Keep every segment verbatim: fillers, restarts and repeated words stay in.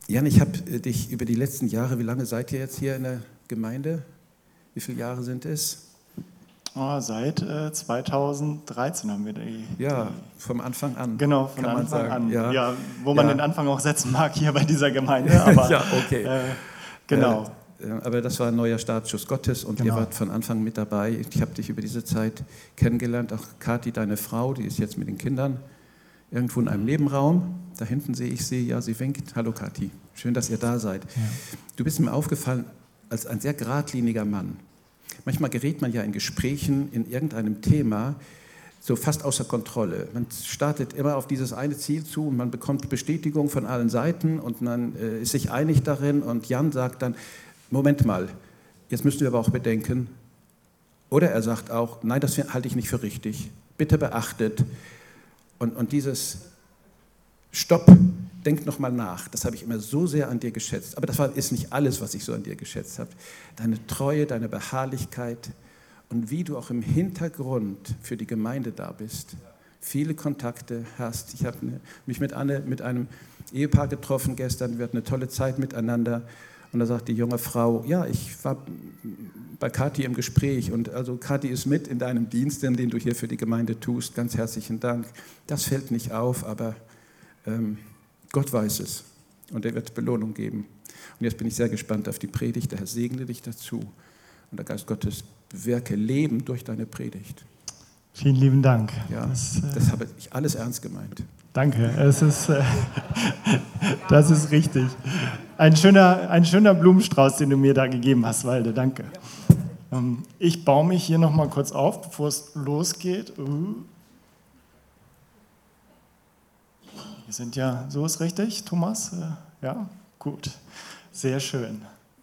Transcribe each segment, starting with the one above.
Jan, ich habe dich über die letzten Jahre, wie lange seid ihr jetzt hier in der Gemeinde? Wie viele Jahre sind es? Oh, seit äh, zweitausenddreizehn haben wir die. Ja, die, vom Anfang an. Genau, von kann Anfang man sagen. an. Ja, ja wo man ja. den Anfang auch setzen mag hier bei dieser Gemeinde. Aber, ja, okay. Äh, genau. Äh, aber das war ein neuer Startschuss Gottes und genau. ihr wart von Anfang mit dabei. Ich habe dich über diese Zeit kennengelernt. Auch Kathi, deine Frau, die ist jetzt mit den Kindern irgendwo in einem Nebenraum. Da hinten sehe ich sie, ja, sie winkt. Hallo Kathi, schön, dass ihr da seid. Ja. Du bist mir aufgefallen als ein sehr geradliniger Mann. Manchmal gerät man ja in Gesprächen in irgendeinem Thema so fast außer Kontrolle. Man startet immer auf dieses eine Ziel zu und man bekommt Bestätigung von allen Seiten und man äh, ist sich einig darin und Jan sagt dann, Moment mal, jetzt müsst ihr aber auch bedenken. Oder er sagt auch, nein, das halte ich nicht für richtig. Bitte beachtet. Und, und dieses Stopp, denk noch mal nach, das habe ich immer so sehr an dir geschätzt. Aber das war, ist nicht alles, was ich so an dir geschätzt habe. Deine Treue, deine Beharrlichkeit und wie du auch im Hintergrund für die Gemeinde da bist. Viele Kontakte hast. Ich habe mich mit, Anne, mit einem Ehepaar getroffen gestern. Wir hatten eine tolle Zeit miteinander. Und da sagt die junge Frau, ja, ich war bei Kathi im Gespräch. Und also Kathi ist mit in deinem Dienst, den du hier für die Gemeinde tust. Ganz herzlichen Dank. Das fällt nicht auf, aber ähm, Gott weiß es und er wird Belohnung geben. Und jetzt bin ich sehr gespannt auf die Predigt. Der Herr segne dich dazu und der Geist Gottes bewirke Leben durch deine Predigt. Vielen lieben Dank. Ja, das, äh, das habe ich alles ernst gemeint. Danke, es ist, äh, das ist richtig. Ein schöner, ein schöner Blumenstrauß, den du mir da gegeben hast, Walde, danke. Ähm, ich baue mich hier noch mal kurz auf, bevor es losgeht. Uh. Wir sind ja, so ist richtig, Thomas? Ja, gut, sehr schön.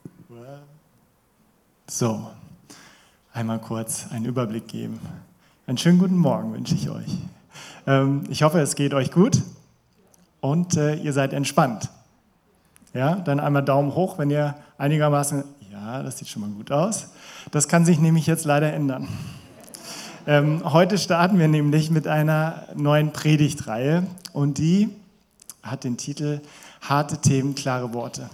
So, einmal kurz einen Überblick geben. Einen schönen guten Morgen wünsche ich euch. Ähm, ich hoffe, es geht euch gut und äh, ihr seid entspannt. Ja, dann einmal Daumen hoch, wenn ihr einigermaßen, ja, das sieht schon mal gut aus. Das kann sich nämlich jetzt leider ändern. Ähm, heute starten wir nämlich mit einer neuen Predigtreihe und die hat den Titel Harte Themen, klare Worte.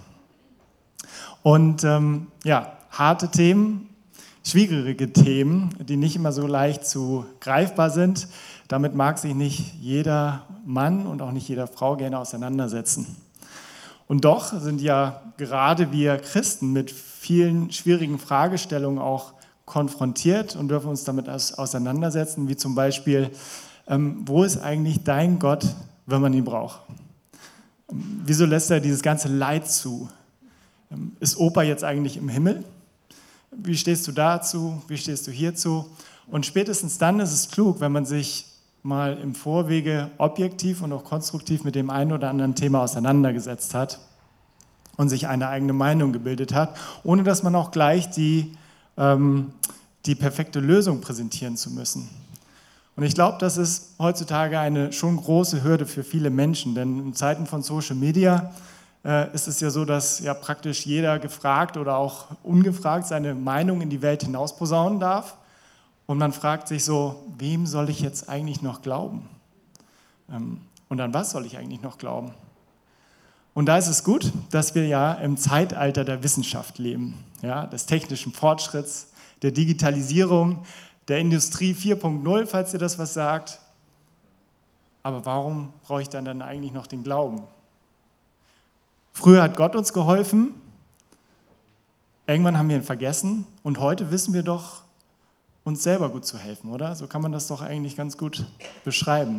Und ähm, ja, harte Themen, schwierige Themen, die nicht immer so leicht zu greifbar sind. Damit mag sich nicht jeder Mann und auch nicht jede Frau gerne auseinandersetzen. Und doch sind ja gerade wir Christen mit vielen schwierigen Fragestellungen auch konfrontiert und dürfen uns damit auseinandersetzen, wie zum Beispiel, ähm, wo ist eigentlich dein Gott, wenn man ihn braucht? Wieso lässt er dieses ganze Leid zu? Ist Opa jetzt eigentlich im Himmel? Wie stehst du dazu? Wie stehst du hierzu? Und spätestens dann ist es klug, wenn man sich mal im Vorwege objektiv und auch konstruktiv mit dem einen oder anderen Thema auseinandergesetzt hat und sich eine eigene Meinung gebildet hat, ohne dass man auch gleich die, ähm, die perfekte Lösung präsentieren zu müssen. Und ich glaube, das ist heutzutage eine schon große Hürde für viele Menschen, denn in Zeiten von Social Media äh, ist es ja so, dass ja praktisch jeder gefragt oder auch ungefragt seine Meinung in die Welt hinaus posaunen darf. Und man fragt sich so, wem soll ich jetzt eigentlich noch glauben? Ähm, und an was soll ich eigentlich noch glauben? Und da ist es gut, dass wir ja im Zeitalter der Wissenschaft leben, ja, des technischen Fortschritts, der Digitalisierung, der Industrie vier Punkt null, falls ihr das was sagt. Aber warum brauche ich dann, dann eigentlich noch den Glauben? Früher hat Gott uns geholfen, irgendwann haben wir ihn vergessen und heute wissen wir doch, uns selber gut zu helfen, oder? So kann man das doch eigentlich ganz gut beschreiben.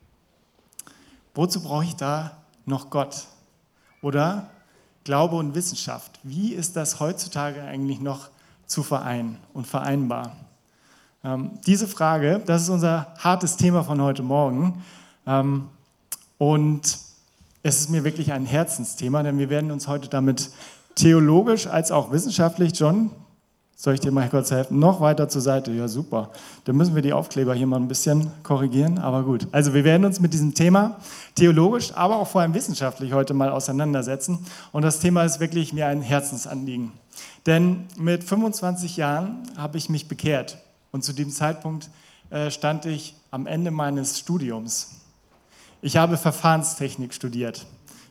Wozu brauche ich da noch Gott? Oder Glaube und Wissenschaft, wie ist das heutzutage eigentlich noch zu vereinen und vereinbar? Ähm, diese Frage, das ist unser hartes Thema von heute Morgen. Ähm, und es ist mir wirklich ein Herzensthema, denn wir werden uns heute damit theologisch als auch wissenschaftlich, John, soll ich dir mal kurz helfen, noch weiter zur Seite? Ja, super. Dann müssen wir die Aufkleber hier mal ein bisschen korrigieren, aber gut. Also wir werden uns mit diesem Thema theologisch, aber auch vor allem wissenschaftlich heute mal auseinandersetzen. Und das Thema ist wirklich mir ein Herzensanliegen. Denn mit fünfundzwanzig Jahren habe ich mich bekehrt. Und zu dem Zeitpunkt äh, stand ich am Ende meines Studiums. Ich habe Verfahrenstechnik studiert.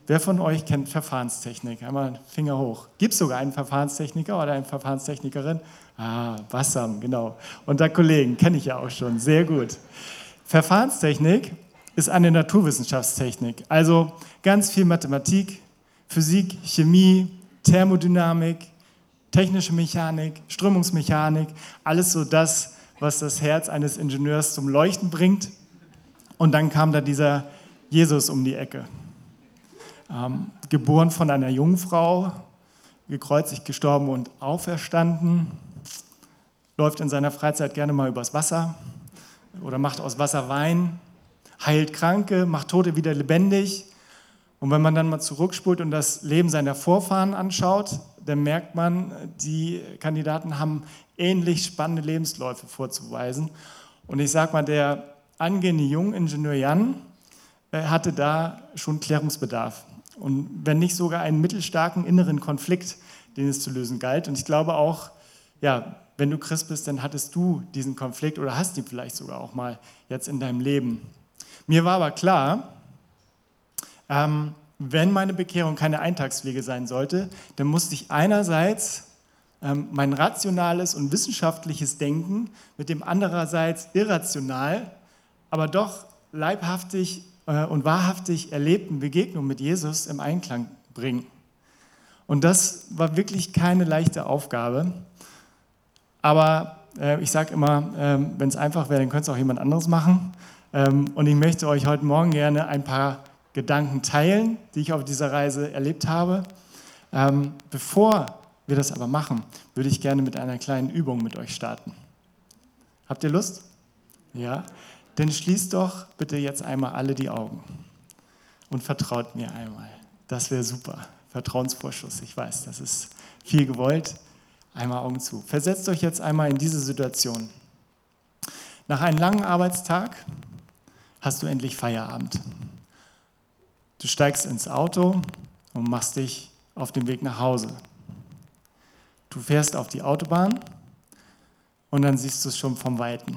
Wer von euch kennt Verfahrenstechnik? Einmal Finger hoch. Gibt es sogar einen Verfahrenstechniker oder eine Verfahrenstechnikerin? Ah, Bassam, genau. Unter Kollegen, kenne ich ja auch schon, sehr gut. Verfahrenstechnik ist eine Naturwissenschaftstechnik, also ganz viel Mathematik, Physik, Chemie, Thermodynamik, technische Mechanik, Strömungsmechanik, alles so das, was das Herz eines Ingenieurs zum Leuchten bringt. Und dann kam da dieser Jesus um die Ecke. Ähm, geboren von einer Jungfrau, gekreuzigt, gestorben und auferstanden, läuft in seiner Freizeit gerne mal übers Wasser oder macht aus Wasser Wein, heilt Kranke, macht Tote wieder lebendig. Und wenn man dann mal zurückspult und das Leben seiner Vorfahren anschaut, dann merkt man, die Kandidaten haben ähnlich spannende Lebensläufe vorzuweisen. Und ich sage mal, der angehende Jungingenieur Jan äh, hatte da schon Klärungsbedarf. Und wenn nicht sogar einen mittelstarken inneren Konflikt, den es zu lösen galt. Und ich glaube auch, ja, wenn du Christ bist, dann hattest du diesen Konflikt oder hast ihn vielleicht sogar auch mal jetzt in deinem Leben. Mir war aber klar, ähm, wenn meine Bekehrung keine Eintagspflege sein sollte, dann musste ich einerseits ähm, mein rationales und wissenschaftliches Denken mit dem andererseits irrational, aber doch leibhaftig äh, und wahrhaftig erlebten Begegnung mit Jesus im Einklang bringen. Und das war wirklich keine leichte Aufgabe. Aber äh, ich sage immer, äh, wenn es einfach wäre, dann könnte es auch jemand anderes machen. Ähm, und ich möchte euch heute Morgen gerne ein paar Gedanken teilen, die ich auf dieser Reise erlebt habe. Ähm, bevor wir das aber machen, würde ich gerne mit einer kleinen Übung mit euch starten. Habt ihr Lust? Ja? Dann schließt doch bitte jetzt einmal alle die Augen und vertraut mir einmal. Das wäre super. Vertrauensvorschuss, ich weiß, das ist viel gewollt. Einmal Augen zu. Versetzt euch jetzt einmal in diese Situation. Nach einem langen Arbeitstag hast du endlich Feierabend. Du steigst ins Auto und machst dich auf den Weg nach Hause. Du fährst auf die Autobahn und dann siehst du es schon vom Weiten.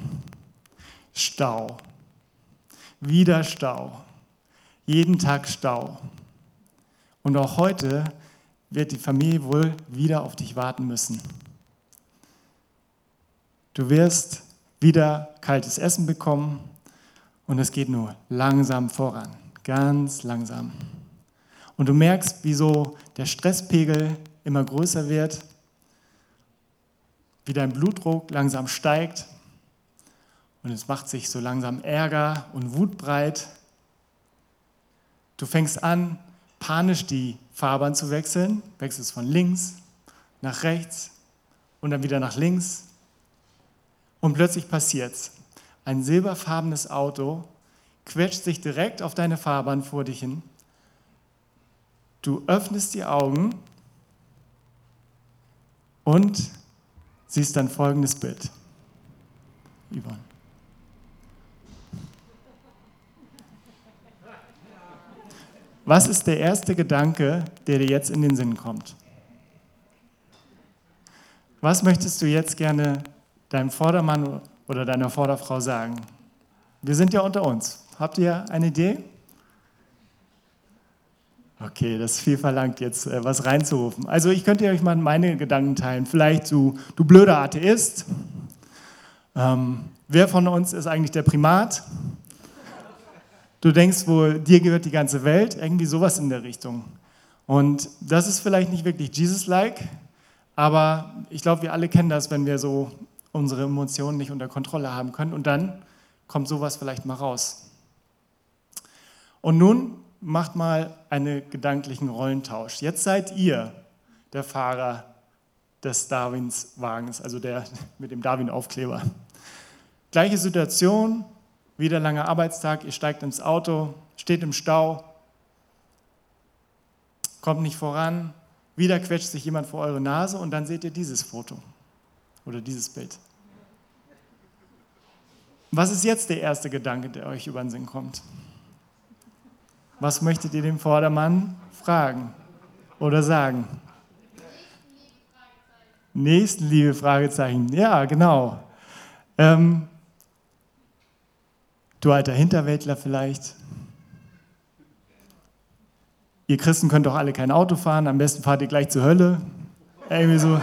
Stau. Wieder Stau. Jeden Tag Stau. Und auch heute wird die Familie wohl wieder auf dich warten müssen. Du wirst wieder kaltes Essen bekommen und es geht nur langsam voran, ganz langsam. Und du merkst, wie so der Stresspegel immer größer wird, wie dein Blutdruck langsam steigt und es macht sich so langsam Ärger und Wut breit. Du fängst an, panisch die Fahrbahn zu wechseln, wechselst von links nach rechts und dann wieder nach links. Und plötzlich passiert's. Ein silberfarbenes Auto quetscht sich direkt auf deine Fahrbahn vor dich hin. Du öffnest die Augen und siehst dann folgendes Bild. Yvonne. Was ist der erste Gedanke, der dir jetzt in den Sinn kommt? Was möchtest du jetzt gerne deinem Vordermann oder deiner Vorderfrau sagen? Wir sind ja unter uns. Habt ihr eine Idee? Okay, das ist viel verlangt, jetzt äh, was reinzurufen. Also ich könnte euch mal meine Gedanken teilen. Vielleicht du, du blöder Atheist. Ähm, wer von uns ist eigentlich der Primat? Du denkst wohl, dir gehört die ganze Welt, irgendwie sowas in der Richtung. Und das ist vielleicht nicht wirklich Jesus-like, aber ich glaube, wir alle kennen das, wenn wir so unsere Emotionen nicht unter Kontrolle haben können und dann kommt sowas vielleicht mal raus. Und nun macht mal einen gedanklichen Rollentausch. Jetzt seid ihr der Fahrer des Darwins-Wagens, also der mit dem Darwin-Aufkleber. Gleiche Situation. Wieder langer Arbeitstag, ihr steigt ins Auto, steht im Stau, kommt nicht voran, wieder quetscht sich jemand vor eure Nase und dann seht ihr dieses Foto oder dieses Bild. Was ist jetzt der erste Gedanke, der euch über den Sinn kommt? Was möchtet ihr dem Vordermann fragen oder sagen? Nächstenliebe, Fragezeichen. Ja, genau. Ähm, Du alter Hinterwäldler vielleicht. ihr Christen könnt doch alle kein Auto fahren, am besten fahrt ihr gleich zur Hölle. Irgendwie so.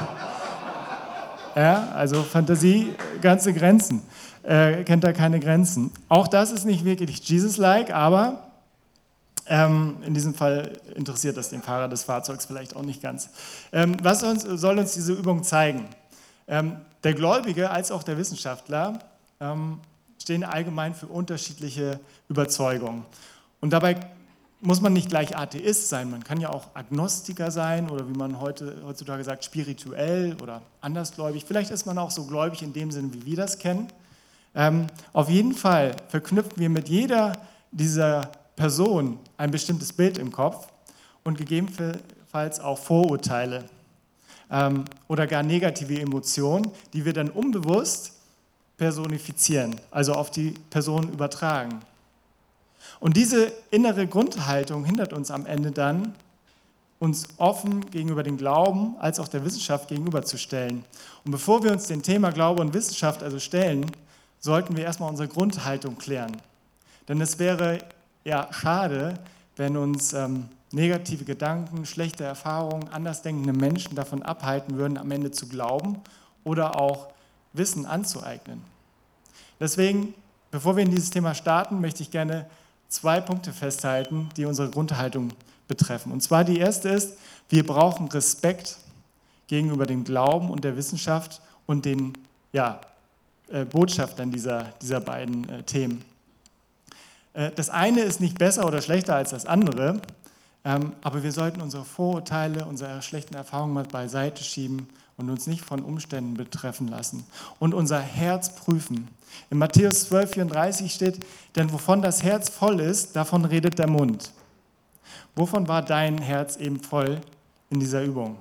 Ja, also Fantasie, ganze Grenzen. Äh, kennt da keine Grenzen. Auch das ist nicht wirklich Jesus-like, aber ähm, in diesem Fall interessiert das den Fahrer des Fahrzeugs vielleicht auch nicht ganz. Ähm, was uns, soll uns diese Übung zeigen? Ähm, der Gläubige als auch der Wissenschaftler ähm, stehen allgemein für unterschiedliche Überzeugungen. Und dabei muss man nicht gleich Atheist sein, man kann ja auch Agnostiker sein oder wie man heute, heutzutage sagt, spirituell oder andersgläubig. Vielleicht ist man auch so gläubig in dem Sinne, wie wir das kennen. Ähm, auf jeden Fall verknüpfen wir mit jeder dieser Personen ein bestimmtes Bild im Kopf und gegebenenfalls auch Vorurteile ähm, oder gar negative Emotionen, die wir dann unbewusst personifizieren, also auf die Person übertragen. Und diese innere Grundhaltung hindert uns am Ende dann, uns offen gegenüber dem Glauben als auch der Wissenschaft gegenüberzustellen. Und bevor wir uns dem Thema Glaube und Wissenschaft also stellen, sollten wir erstmal unsere Grundhaltung klären. Denn es wäre ja schade, wenn uns ähm, negative Gedanken, schlechte Erfahrungen, andersdenkende Menschen davon abhalten würden, am Ende zu glauben oder auch Wissen anzueignen. Deswegen, bevor wir in dieses Thema starten, möchte ich gerne zwei Punkte festhalten, die unsere Grundhaltung betreffen. Und zwar die erste ist, wir brauchen Respekt gegenüber dem Glauben und der Wissenschaft und den ja, äh, Botschaftern dieser, dieser beiden äh, Themen. Äh, das eine ist nicht besser oder schlechter als das andere, ähm, aber wir sollten unsere Vorurteile, unsere schlechten Erfahrungen mal beiseite schieben und uns nicht von Umständen betreffen lassen und unser Herz prüfen. In Matthäus zwölf, vierunddreißig steht, denn wovon das Herz voll ist, davon redet der Mund. Wovon war dein Herz eben voll in dieser Übung?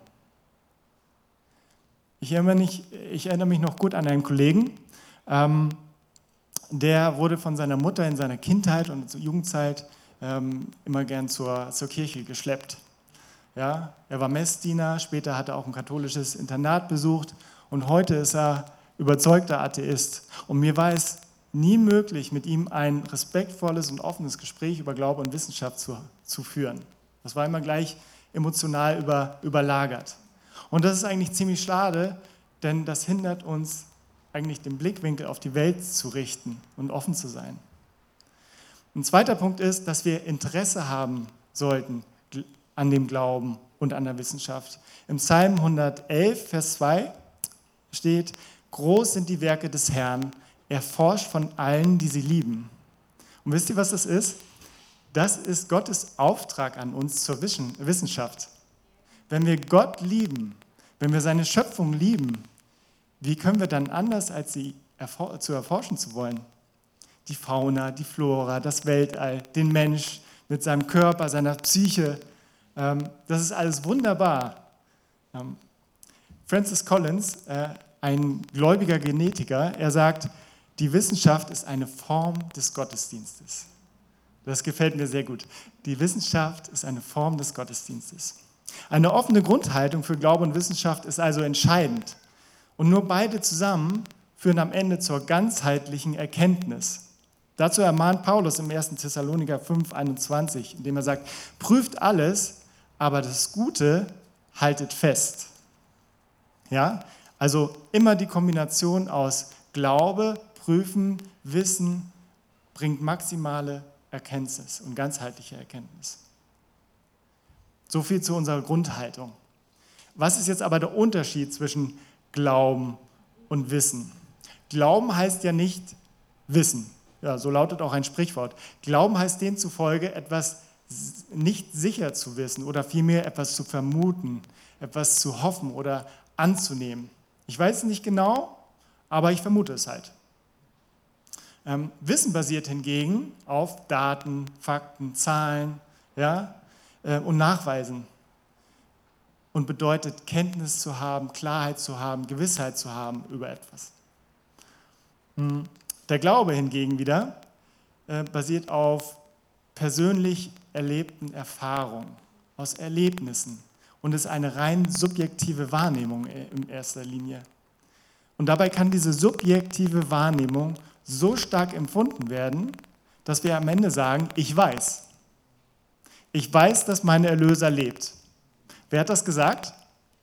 Ich erinnere mich, ich erinnere mich noch gut an einen Kollegen, ähm, der wurde von seiner Mutter in seiner Kindheit und zur Jugendzeit ähm, immer gern zur, zur Kirche geschleppt. Ja, er war Messdiener, später hat er auch ein katholisches Internat besucht und heute ist er überzeugter Atheist. Und mir war es nie möglich, mit ihm ein respektvolles und offenes Gespräch über Glaube und Wissenschaft zu, zu führen. Das war immer gleich emotional über, überlagert. Und das ist eigentlich ziemlich schade, denn das hindert uns eigentlich den Blickwinkel auf die Welt zu richten und offen zu sein. Ein zweiter Punkt ist, dass wir Interesse haben sollten an dem Glauben und an der Wissenschaft. Im Psalm hundertelf, Vers zwei steht, groß sind die Werke des Herrn, er forscht von allen, die sie lieben. Und wisst ihr, was das ist? Das ist Gottes Auftrag an uns zur Wissenschaft. Wenn wir Gott lieben, wenn wir seine Schöpfung lieben, wie können wir dann anders, als sie erfor- zu erforschen zu wollen? Die Fauna, die Flora, das Weltall, den Mensch mit seinem Körper, seiner Psyche, ähm, das ist alles wunderbar. Ähm, Francis Collins, äh, ein gläubiger Genetiker, er sagt, die Wissenschaft ist eine Form des Gottesdienstes. Das gefällt mir sehr gut. Die Wissenschaft ist eine Form des Gottesdienstes. Eine offene Grundhaltung für Glaube und Wissenschaft ist also entscheidend. Und nur beide zusammen führen am Ende zur ganzheitlichen Erkenntnis. Dazu ermahnt Paulus im ersten Thessaloniker fünf, einundzwanzig, indem er sagt, prüft alles, aber das Gute haltet fest. Ja, also immer die Kombination aus Glaube, Prüfen, Wissen bringt maximale Erkenntnis und ganzheitliche Erkenntnis. So viel zu unserer Grundhaltung. Was ist jetzt aber der Unterschied zwischen Glauben und Wissen? Glauben heißt ja nicht Wissen. Ja, so lautet auch ein Sprichwort. Glauben heißt demzufolge, etwas nicht sicher zu wissen oder vielmehr etwas zu vermuten, etwas zu hoffen oder anzunehmen. Ich weiß es nicht genau, aber ich vermute es halt. Ähm, Wissen basiert hingegen auf Daten, Fakten, Zahlen, ja, äh, und Nachweisen und bedeutet, Kenntnis zu haben, Klarheit zu haben, Gewissheit zu haben über etwas. Hm. Der Glaube hingegen wieder äh, basiert auf persönlich erlebten Erfahrungen, aus Erlebnissen und ist eine rein subjektive Wahrnehmung in erster Linie. Und dabei kann diese subjektive Wahrnehmung so stark empfunden werden, dass wir am Ende sagen, ich weiß. Ich weiß, dass mein Erlöser lebt. Wer hat das gesagt?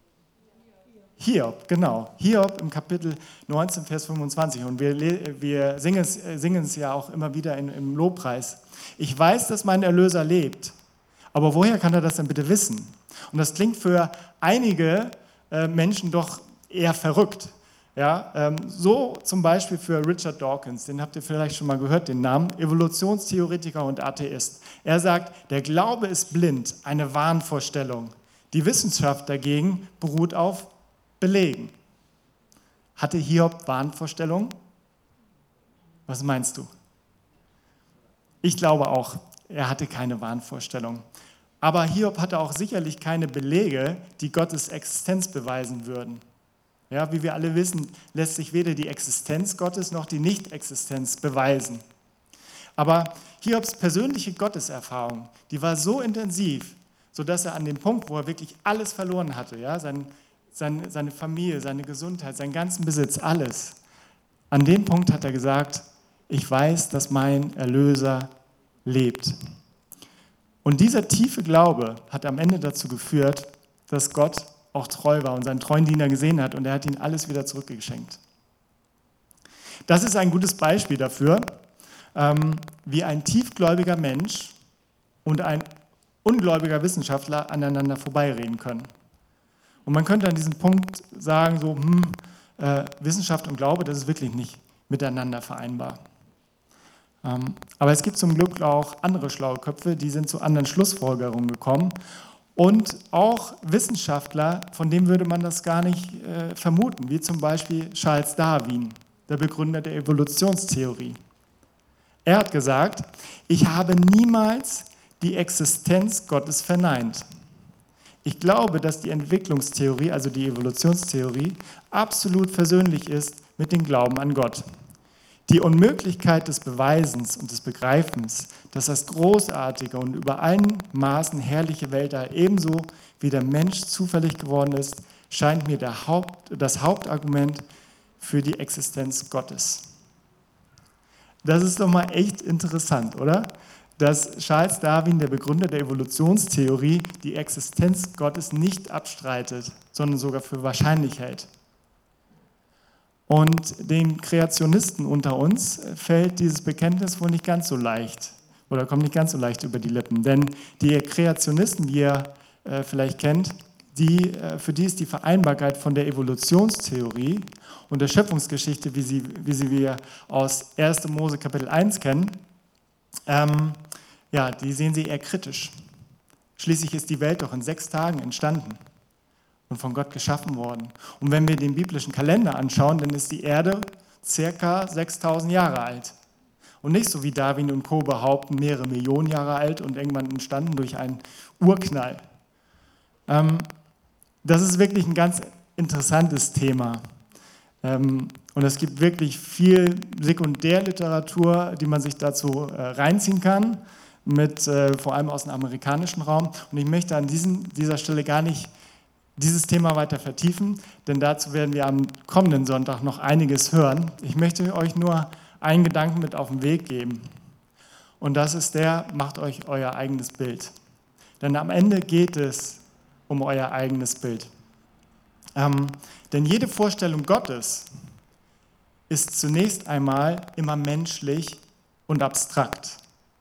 Hiob, genau. Hiob im Kapitel neunzehn, Vers fünfundzwanzig. Und wir, wir singen, es, singen es ja auch immer wieder in, im Lobpreis. Ich weiß, dass mein Erlöser lebt. Aber woher kann er das denn bitte wissen? Und das klingt für einige äh, Menschen doch eher verrückt. Ja, ähm, so zum Beispiel für Richard Dawkins, den habt ihr vielleicht schon mal gehört, den Namen, Evolutionstheoretiker und Atheist. Er sagt, der Glaube ist blind, eine Wahnvorstellung. Die Wissenschaft dagegen beruht auf Belegen. Hatte Hiob Wahnvorstellungen? Was meinst du? Ich glaube auch, er hatte keine Wahnvorstellung. Aber Hiob hatte auch sicherlich keine Belege, die Gottes Existenz beweisen würden. Ja, wie wir alle wissen, lässt sich weder die Existenz Gottes noch die Nichtexistenz beweisen. Aber Hiobs persönliche Gotteserfahrung, die war so intensiv, sodass er an dem Punkt, wo er wirklich alles verloren hatte, ja, sein, sein, seine Familie, seine Gesundheit, seinen ganzen Besitz, alles, an dem Punkt hat er gesagt, ich weiß, dass mein Erlöser lebt. Und dieser tiefe Glaube hat am Ende dazu geführt, dass Gott auch treu war und seinen treuen Diener gesehen hat und er hat ihm alles wieder zurückgeschenkt. Das ist ein gutes Beispiel dafür, wie ein tiefgläubiger Mensch und ein ungläubiger Wissenschaftler aneinander vorbeireden können. Und man könnte an diesem Punkt sagen, so, hm, äh, Wissenschaft und Glaube, das ist wirklich nicht miteinander vereinbar. Ähm, aber es gibt zum Glück auch andere schlaue Köpfe, die sind zu anderen Schlussfolgerungen gekommen. Und auch Wissenschaftler, von denen würde man das gar nicht äh, vermuten, wie zum Beispiel Charles Darwin, der Begründer der Evolutionstheorie. Er hat gesagt, ich habe niemals die Existenz Gottes verneint. Ich glaube, dass die Entwicklungstheorie, also die Evolutionstheorie, absolut versöhnlich ist mit dem Glauben an Gott. Die Unmöglichkeit des Beweisens und des Begreifens, dass das großartige und über allen Maßen herrliche Weltall ebenso wie der Mensch zufällig geworden ist, scheint mir der Haupt, das Hauptargument für die Existenz Gottes. Das ist doch mal echt interessant, oder? Dass Charles Darwin, der Begründer der Evolutionstheorie, die Existenz Gottes nicht abstreitet, sondern sogar für wahrscheinlich hält. Und den Kreationisten unter uns fällt dieses Bekenntnis wohl nicht ganz so leicht oder kommt nicht ganz so leicht über die Lippen. Denn die Kreationisten, die ihr äh, vielleicht kennt, die, äh, für die ist die Vereinbarkeit von der Evolutionstheorie und der Schöpfungsgeschichte, wie sie, wie sie wir aus erster Mose Kapitel eins kennen, ähm, ja, die sehen sie eher kritisch. Schließlich ist die Welt doch in sechs Tagen entstanden und von Gott geschaffen worden. Und wenn wir den biblischen Kalender anschauen, dann ist die Erde circa sechstausend Jahre alt. Und nicht so wie Darwin und Co. behaupten, mehrere Millionen Jahre alt und irgendwann entstanden durch einen Urknall. Ähm, das ist wirklich ein ganz interessantes Thema. Ähm, und es gibt wirklich viel Sekundärliteratur, die man sich dazu äh, reinziehen kann, mit, äh, vor allem aus dem amerikanischen Raum. Und ich möchte an diesen, dieser Stelle gar nicht dieses Thema weiter vertiefen, denn dazu werden wir am kommenden Sonntag noch einiges hören. Ich möchte euch nur einen Gedanken mit auf den Weg geben. Und das ist der, macht euch euer eigenes Bild. Denn am Ende geht es um euer eigenes Bild. Ähm, denn jede Vorstellung Gottes ist zunächst einmal immer menschlich und abstrakt.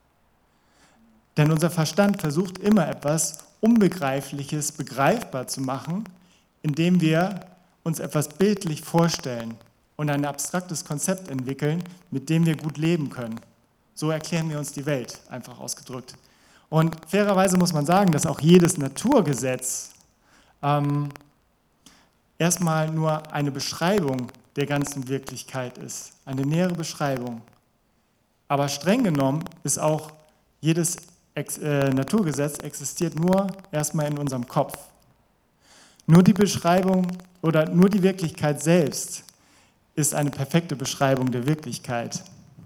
Denn unser Verstand versucht immer etwas Unbegreifliches begreifbar zu machen, indem wir uns etwas bildlich vorstellen und ein abstraktes Konzept entwickeln, mit dem wir gut leben können. So erklären wir uns die Welt, einfach ausgedrückt. Und fairerweise muss man sagen, dass auch jedes Naturgesetz ähm, erstmal nur eine Beschreibung der ganzen Wirklichkeit ist, eine nähere Beschreibung. Aber streng genommen ist auch jedes Ex, äh, Naturgesetz existiert nur erstmal in unserem Kopf. Nur die Beschreibung oder nur die Wirklichkeit selbst ist eine perfekte Beschreibung der Wirklichkeit.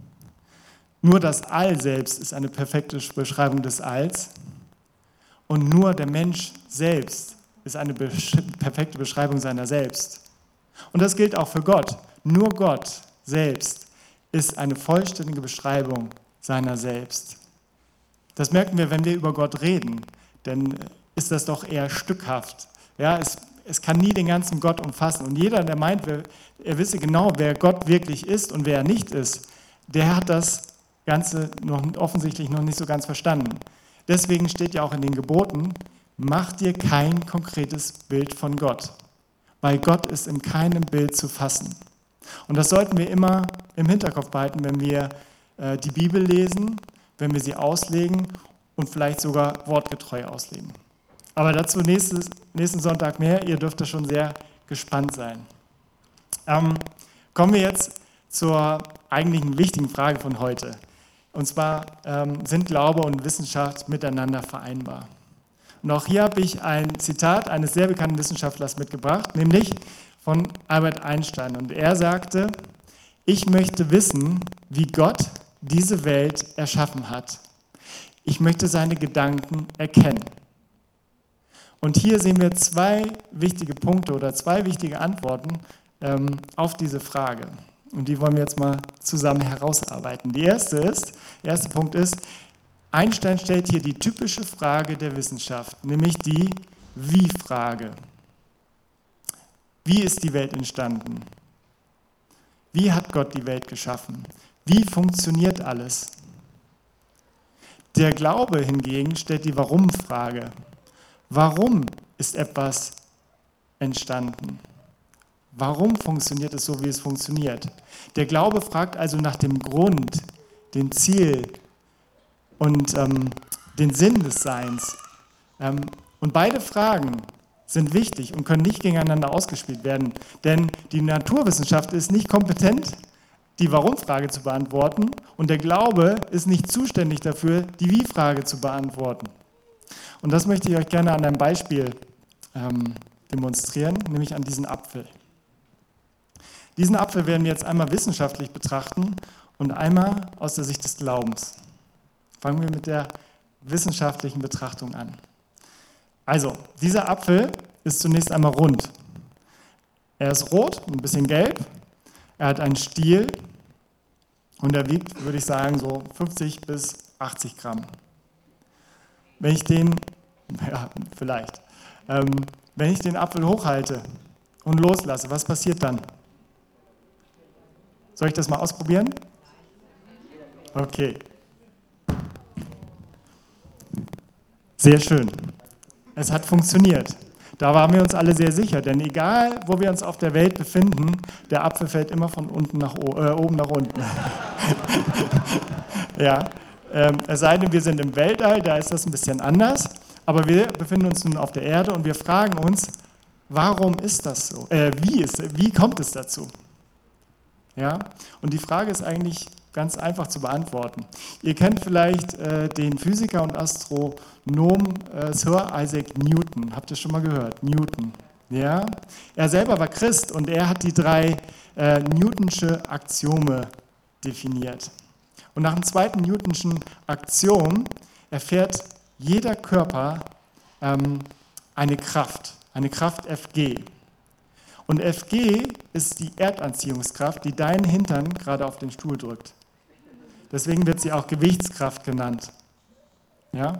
Nur das All selbst ist eine perfekte Beschreibung des Alls und nur der Mensch selbst ist eine be- perfekte Beschreibung seiner selbst. Und das gilt auch für Gott. Nur Gott selbst ist eine vollständige Beschreibung seiner selbst. Das merken wir, wenn wir über Gott reden, denn ist das doch eher stückhaft. Ja, es, es kann nie den ganzen Gott umfassen. Und jeder, der meint, er wisse genau, wer Gott wirklich ist und wer er nicht ist, der hat das Ganze noch offensichtlich noch nicht so ganz verstanden. Deswegen steht ja auch in den Geboten, mach dir kein konkretes Bild von Gott, weil Gott ist in keinem Bild zu fassen. Und das sollten wir immer im Hinterkopf behalten, wenn wir äh, die Bibel lesen, wenn wir sie auslegen und vielleicht sogar wortgetreu auslegen. Aber dazu nächstes, nächsten Sonntag mehr, ihr dürft da schon sehr gespannt sein. Ähm, kommen wir jetzt zur eigentlichen wichtigen Frage von heute. Und zwar, ähm, sind Glaube und Wissenschaft miteinander vereinbar? Und auch hier habe ich ein Zitat eines sehr bekannten Wissenschaftlers mitgebracht, nämlich von Albert Einstein. Und er sagte, ich möchte wissen, wie Gott diese Welt erschaffen hat. Ich möchte seine Gedanken erkennen. Und hier sehen wir zwei wichtige Punkte oder zwei wichtige Antworten ähm, auf diese Frage. Und die wollen wir jetzt mal zusammen herausarbeiten. Die erste ist, der erste Punkt ist, Einstein stellt hier die typische Frage der Wissenschaft, nämlich die Wie-Frage. Wie ist die Welt entstanden? Wie hat Gott die Welt geschaffen? Wie funktioniert alles? Der Glaube hingegen stellt die Warum-Frage. Warum ist etwas entstanden? Warum funktioniert es so, wie es funktioniert? Der Glaube fragt also nach dem Grund, dem Ziel und ähm, den Sinn des Seins. Ähm, und beide Fragen sind wichtig und können nicht gegeneinander ausgespielt werden, denn die Naturwissenschaft ist nicht kompetent, die Warum-Frage zu beantworten und der Glaube ist nicht zuständig dafür, die Wie-Frage zu beantworten. Und das möchte ich euch gerne an einem Beispiel ähm, demonstrieren, nämlich an diesem Apfel. Diesen Apfel werden wir jetzt einmal wissenschaftlich betrachten und einmal aus der Sicht des Glaubens. Fangen wir mit der wissenschaftlichen Betrachtung an. Also, dieser Apfel ist zunächst einmal rund. Er ist rot, ein bisschen gelb, er hat einen Stiel und er wiegt, würde ich sagen, so fünfzig bis achtzig Gramm. Wenn ich den, ja, vielleicht, ähm, wenn ich den Apfel hochhalte und loslasse, was passiert dann? Soll ich das mal ausprobieren? Okay. Sehr schön. Es hat funktioniert. Da waren wir uns alle sehr sicher, denn egal, wo wir uns auf der Welt befinden, der Apfel fällt immer von unten nach äh, oben nach unten. Ja, ähm, es sei denn, wir sind im Weltall, da ist das ein bisschen anders, aber wir befinden uns nun auf der Erde und wir fragen uns, warum ist das so? Äh, wie, ist, wie kommt es dazu? Ja, und die Frage ist eigentlich ganz einfach zu beantworten. Ihr kennt vielleicht äh, den Physiker und Astronom äh, Sir Isaac Newton. Habt ihr schon mal gehört? Newton. Ja? Er selber war Christ und er hat die drei äh, Newtonsche Axiome definiert. Und nach dem zweiten Newtonschen Axiom erfährt jeder Körper ähm, eine Kraft, eine Kraft F G. Und F G ist die Erdanziehungskraft, die deinen Hintern gerade auf den Stuhl drückt. Deswegen wird sie auch Gewichtskraft genannt. Ja?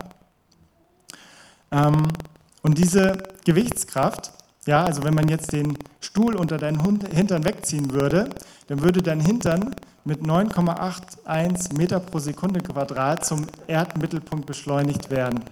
Ähm, und diese Gewichtskraft, ja, also wenn man jetzt den Stuhl unter deinen Hintern wegziehen würde, dann würde dein Hintern mit neun Komma einundachtzig Meter pro Sekunde Quadrat zum Erdmittelpunkt beschleunigt werden.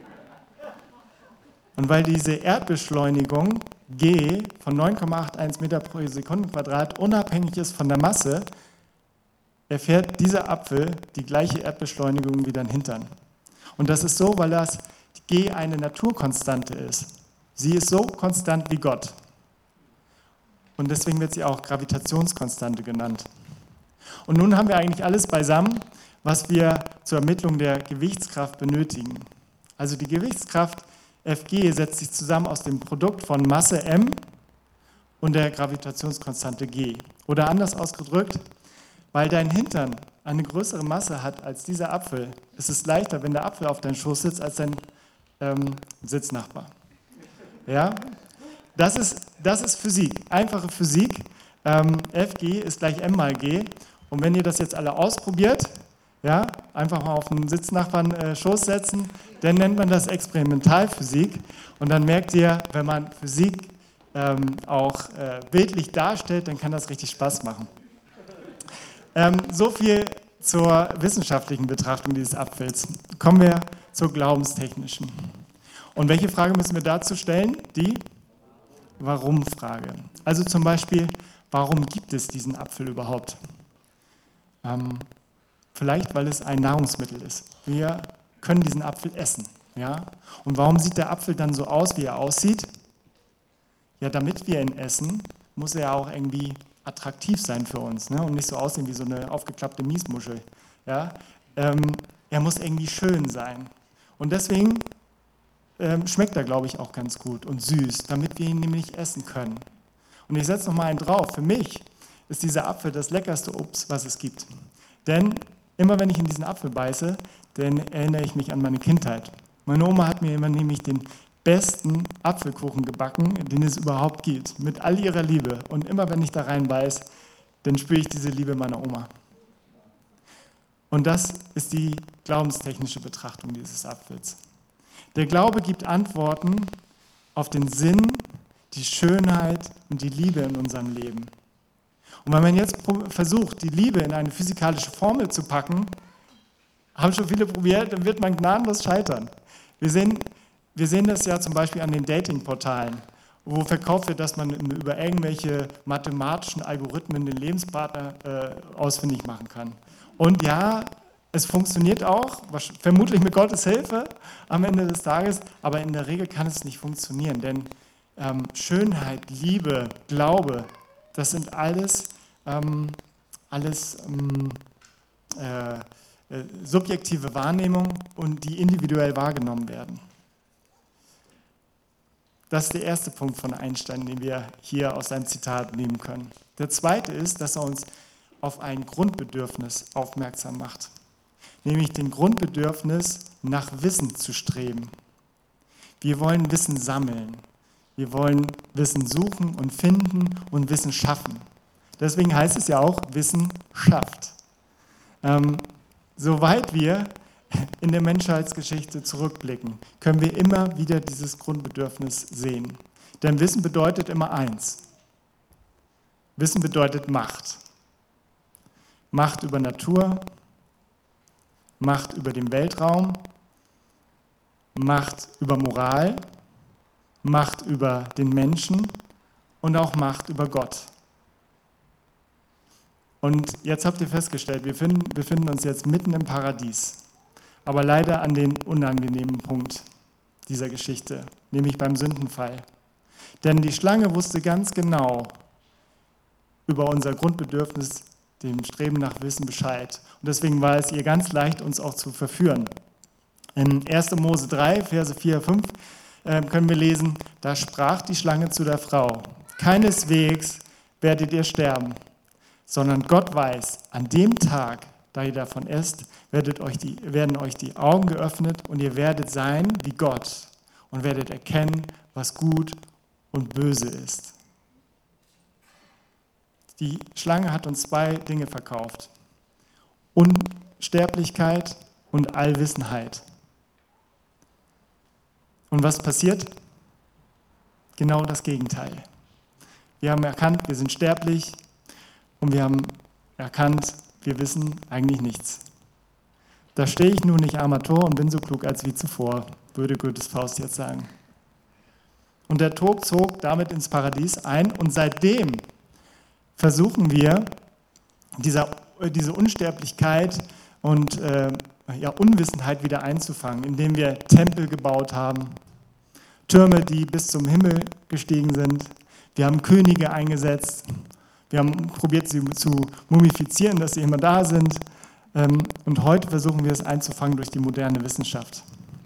Und weil diese Erdbeschleunigung G von neun Komma einundachtzig Meter pro Sekunde Quadrat unabhängig ist von der Masse, erfährt dieser Apfel die gleiche Erdbeschleunigung wie dein Hintern. Und das ist so, weil das G eine Naturkonstante ist. Sie ist so konstant wie Gott. Und deswegen wird sie auch Gravitationskonstante genannt. Und nun haben wir eigentlich alles beisammen, was wir zur Ermittlung der Gewichtskraft benötigen. Also die Gewichtskraft F G setzt sich zusammen aus dem Produkt von Masse m und der Gravitationskonstante G. Oder anders ausgedrückt, weil dein Hintern eine größere Masse hat als dieser Apfel, ist es leichter, wenn der Apfel auf deinem Schoß sitzt, als dein ähm, Sitznachbar. Ja? Das ist, das ist Physik, einfache Physik. Ähm, F G ist gleich m mal G. Und wenn ihr das jetzt alle ausprobiert, Ja, einfach mal auf den Sitznachbarn äh, Schoß setzen, dann nennt man das Experimentalphysik. Und dann merkt ihr, wenn man Physik ähm, auch äh, bildlich darstellt, dann kann das richtig Spaß machen. Ähm, so viel zur wissenschaftlichen Betrachtung dieses Apfels. Kommen wir zur glaubenstechnischen. Und welche Frage müssen wir dazu stellen? Die Warum-Frage. Also zum Beispiel, warum gibt es diesen Apfel überhaupt? Ähm, vielleicht, weil es ein Nahrungsmittel ist. Wir können diesen Apfel essen. Ja? Und warum sieht der Apfel dann so aus, wie er aussieht? Ja, damit wir ihn essen, muss er auch irgendwie attraktiv sein für uns, ne? Und nicht so aussehen wie so eine aufgeklappte Miesmuschel. Ja? Ähm, er muss irgendwie schön sein. Und deswegen ähm, schmeckt er, glaube ich, auch ganz gut und süß, damit wir ihn nämlich essen können. Und ich setze noch mal einen drauf. Für mich ist dieser Apfel das leckerste Obst, was es gibt. Denn immer wenn ich in diesen Apfel beiße, dann erinnere ich mich an meine Kindheit. Meine Oma hat mir immer nämlich den besten Apfelkuchen gebacken, den es überhaupt gibt, mit all ihrer Liebe. Und immer wenn ich da reinbeiß, dann spüre ich diese Liebe meiner Oma. Und das ist die glaubenstechnische Betrachtung dieses Apfels. Der Glaube gibt Antworten auf den Sinn, die Schönheit und die Liebe in unserem Leben. Und wenn man jetzt versucht, die Liebe in eine physikalische Formel zu packen, haben schon viele probiert, dann wird man gnadenlos scheitern. Wir sehen, wir sehen das ja zum Beispiel an den Datingportalen, wo verkauft wird, dass man über irgendwelche mathematischen Algorithmen den Lebenspartner äh, ausfindig machen kann. Und ja, es funktioniert auch, vermutlich mit Gottes Hilfe am Ende des Tages, aber in der Regel kann es nicht funktionieren, denn ähm, Schönheit, Liebe, Glaube, das sind alles, ähm, alles ähm, äh, äh, subjektive Wahrnehmungen und die individuell wahrgenommen werden. Das ist der erste Punkt von Einstein, den wir hier aus seinem Zitat nehmen können. Der zweite ist, dass er uns auf ein Grundbedürfnis aufmerksam macht, nämlich den Grundbedürfnis, nach Wissen zu streben. Wir wollen Wissen sammeln. Wir wollen Wissen suchen und finden und Wissen schaffen. Deswegen heißt es ja auch, Wissen schafft. Ähm, soweit wir in der Menschheitsgeschichte zurückblicken, können wir immer wieder dieses Grundbedürfnis sehen. Denn Wissen bedeutet immer eins. Wissen bedeutet Macht. Macht über Natur, Macht über den Weltraum, Macht über Moral, Macht über den Menschen und auch Macht über Gott. Und jetzt habt ihr festgestellt, wir finden, befinden uns jetzt mitten im Paradies, aber leider an den unangenehmen Punkt dieser Geschichte, nämlich beim Sündenfall. Denn die Schlange wusste ganz genau über unser Grundbedürfnis, dem Streben nach Wissen, Bescheid. Und deswegen war es ihr ganz leicht, uns auch zu verführen. In erster Mose drei, Verse vier, fünf äh, können wir lesen, da sprach die Schlange zu der Frau, keineswegs werdet ihr sterben, sondern Gott weiß, an dem Tag, da ihr davon esst, werdet euch die, werden euch die Augen geöffnet und ihr werdet sein wie Gott und werdet erkennen, was gut und böse ist. Die Schlange hat uns zwei Dinge verkauft. Unsterblichkeit und Allwissenheit. Und was passiert? Genau das Gegenteil. Wir haben erkannt, wir sind sterblich und wir haben erkannt, wir wissen eigentlich nichts. Da stehe ich nun nicht armer Tor und bin so klug als wie zuvor, würde Goethes Faust jetzt sagen. Und der Tod zog damit ins Paradies ein und seitdem versuchen wir, dieser, diese Unsterblichkeit und äh, ja, Unwissenheit wieder einzufangen, indem wir Tempel gebaut haben, Türme, die bis zum Himmel gestiegen sind. Wir haben Könige eingesetzt. Wir haben probiert, sie zu mumifizieren, dass sie immer da sind. Ähm, und heute versuchen wir es einzufangen durch die moderne Wissenschaft.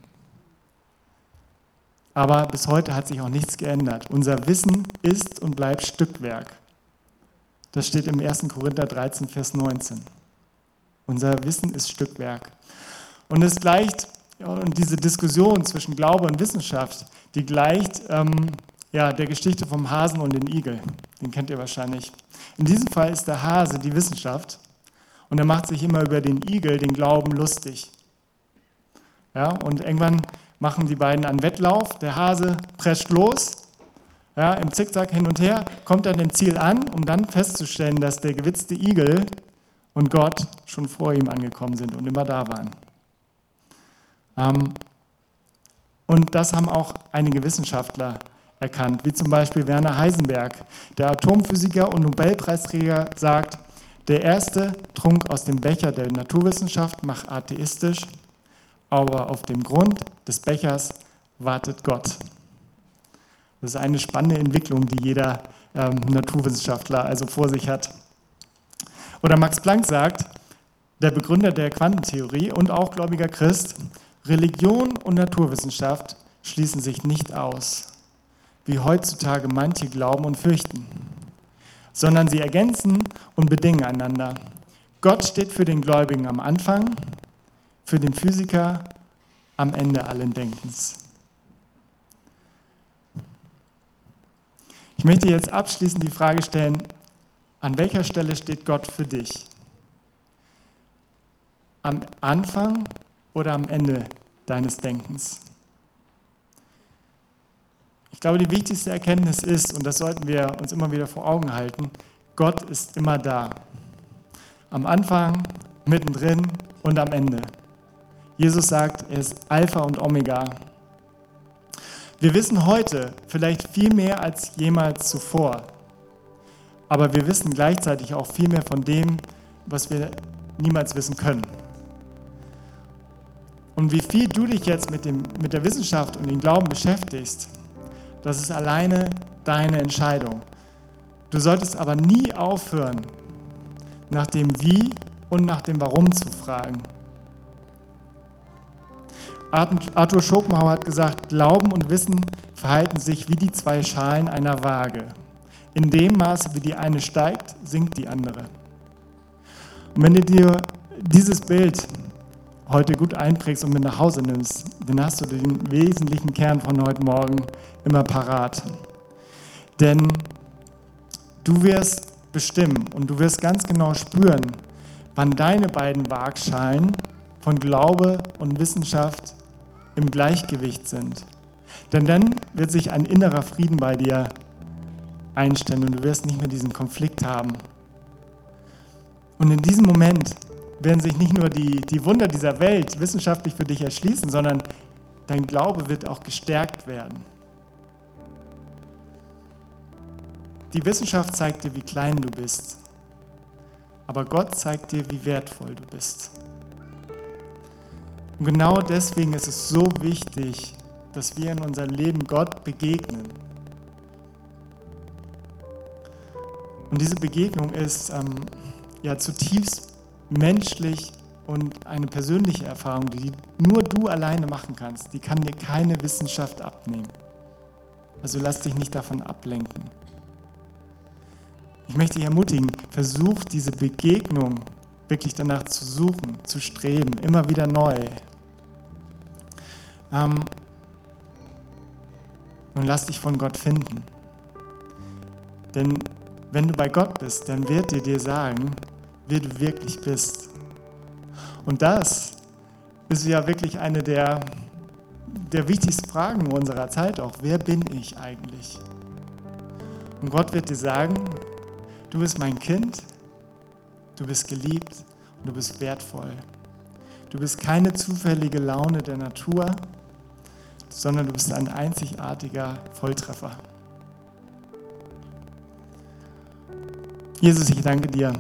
Aber bis heute hat sich auch nichts geändert. Unser Wissen ist und bleibt Stückwerk. Das steht im ersten Korinther dreizehn, Vers neunzehn. Unser Wissen ist Stückwerk. Und es gleicht, ja, und diese Diskussion zwischen Glaube und Wissenschaft, die gleicht ähm, ja, der Geschichte vom Hasen und dem Igel. Den kennt ihr wahrscheinlich. In diesem Fall ist der Hase die Wissenschaft Und er macht sich immer über den Igel, den Glauben, lustig. Ja, und irgendwann machen die beiden einen Wettlauf, der Hase prescht los, ja, im Zickzack hin und her, kommt an dem Ziel an, um dann festzustellen, dass der gewitzte Igel und Gott schon vor ihm angekommen sind und immer da waren. Ähm, und das haben auch einige Wissenschaftler erkannt, wie zum Beispiel Werner Heisenberg, der Atomphysiker und Nobelpreisträger, sagt, der erste Trunk aus dem Becher der Naturwissenschaft macht atheistisch, aber auf dem Grund des Bechers wartet Gott. Das ist eine spannende Entwicklung, die jeder ähm, Naturwissenschaftler also vor sich hat. Oder Max Planck sagt, der Begründer der Quantentheorie und auch gläubiger Christ, Religion und Naturwissenschaft schließen sich nicht aus, wie heutzutage manche glauben und fürchten, sondern sie ergänzen und bedingen einander. Gott steht für den Gläubigen am Anfang, für den Physiker am Ende allen Denkens. Ich möchte jetzt abschließend die Frage stellen, an welcher Stelle steht Gott für dich? Am Anfang oder am Ende deines Denkens? Ich glaube, die wichtigste Erkenntnis ist, und das sollten wir uns immer wieder vor Augen halten, Gott ist immer da. Am Anfang, mittendrin und am Ende. Jesus sagt, er ist Alpha und Omega. Wir wissen heute vielleicht viel mehr als jemals zuvor, aber wir wissen gleichzeitig auch viel mehr von dem, was wir niemals wissen können. Und wie viel du dich jetzt mit, dem, mit der Wissenschaft und dem Glauben beschäftigst, das ist alleine deine Entscheidung. Du solltest aber nie aufhören, nach dem Wie und nach dem Warum zu fragen. Arthur Schopenhauer hat gesagt, Glauben und Wissen verhalten sich wie die zwei Schalen einer Waage. In dem Maße, wie die eine steigt, sinkt die andere. Und wenn du dir dieses Bild heute gut einprägst und mit nach Hause nimmst, dann hast du den wesentlichen Kern von heute Morgen immer parat. Denn du wirst bestimmen und du wirst ganz genau spüren, wann deine beiden Waagschalen von Glaube und Wissenschaft im Gleichgewicht sind. Denn dann wird sich ein innerer Frieden bei dir einstellen und du wirst nicht mehr diesen Konflikt haben. Und in diesem Moment werden sich nicht nur die, die Wunder dieser Welt wissenschaftlich für dich erschließen, sondern dein Glaube wird auch gestärkt werden. Die Wissenschaft zeigt dir, wie klein du bist, aber Gott zeigt dir, wie wertvoll du bist. Und genau deswegen ist es so wichtig, dass wir in unserem Leben Gott begegnen. Und diese Begegnung ist ähm, ja zutiefst menschlich und eine persönliche Erfahrung, die nur du alleine machen kannst. Die kann dir keine Wissenschaft abnehmen. Also lass dich nicht davon ablenken. Ich möchte dich ermutigen, versuch diese Begegnung wirklich danach zu suchen, zu streben, immer wieder neu. Ähm, und lass dich von Gott finden. Denn wenn du bei Gott bist, dann wird er dir sagen, wer du wirklich bist. Und das ist ja wirklich eine der, der wichtigsten Fragen unserer Zeit auch. Wer bin ich eigentlich? Und Gott wird dir sagen, du bist mein Kind, du bist geliebt und du bist wertvoll. Du bist keine zufällige Laune der Natur, sondern du bist ein einzigartiger Volltreffer. Jesus, ich danke dir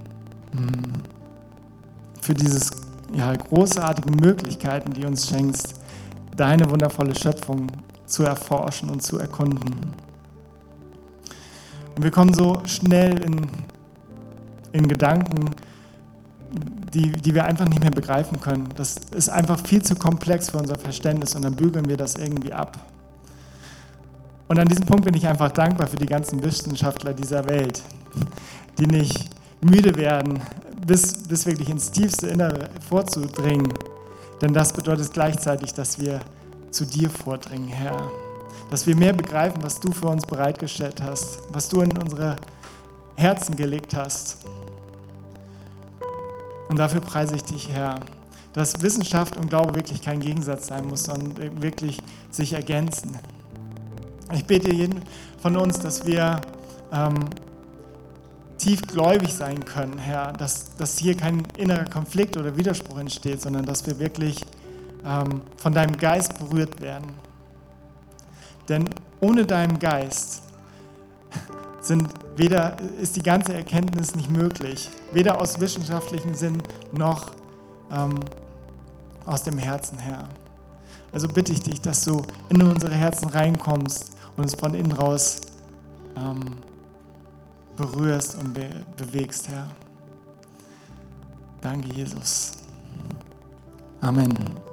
für diese ja, großartigen Möglichkeiten, die du uns schenkst, deine wundervolle Schöpfung zu erforschen und zu erkunden. Und wir kommen so schnell in, in Gedanken, die, die wir einfach nicht mehr begreifen können. Das ist einfach viel zu komplex für unser Verständnis und dann bügeln wir das irgendwie ab. Und an diesem Punkt bin ich einfach dankbar für die ganzen Wissenschaftler dieser Welt, die nicht müde werden, bis, bis wirklich ins tiefste Innere vorzudringen. Denn das bedeutet gleichzeitig, dass wir zu dir vordringen, Herr. Dass wir mehr begreifen, was du für uns bereitgestellt hast, was du in unsere Herzen gelegt hast. Und dafür preise ich dich, Herr, dass Wissenschaft und Glaube wirklich kein Gegensatz sein muss, sondern wirklich sich ergänzen. Ich bete jeden von uns, dass wir ähm, tiefgläubig sein können, Herr, dass, dass hier kein innerer Konflikt oder Widerspruch entsteht, sondern dass wir wirklich ähm, von deinem Geist berührt werden. Denn ohne deinen Geist sind weder, ist die ganze Erkenntnis nicht möglich, weder aus wissenschaftlichem Sinn noch ähm, aus dem Herzen her. Also bitte ich dich, dass du in unsere Herzen reinkommst und uns von innen raus ähm, berührst und be- bewegst, Herr. Danke, Jesus. Amen.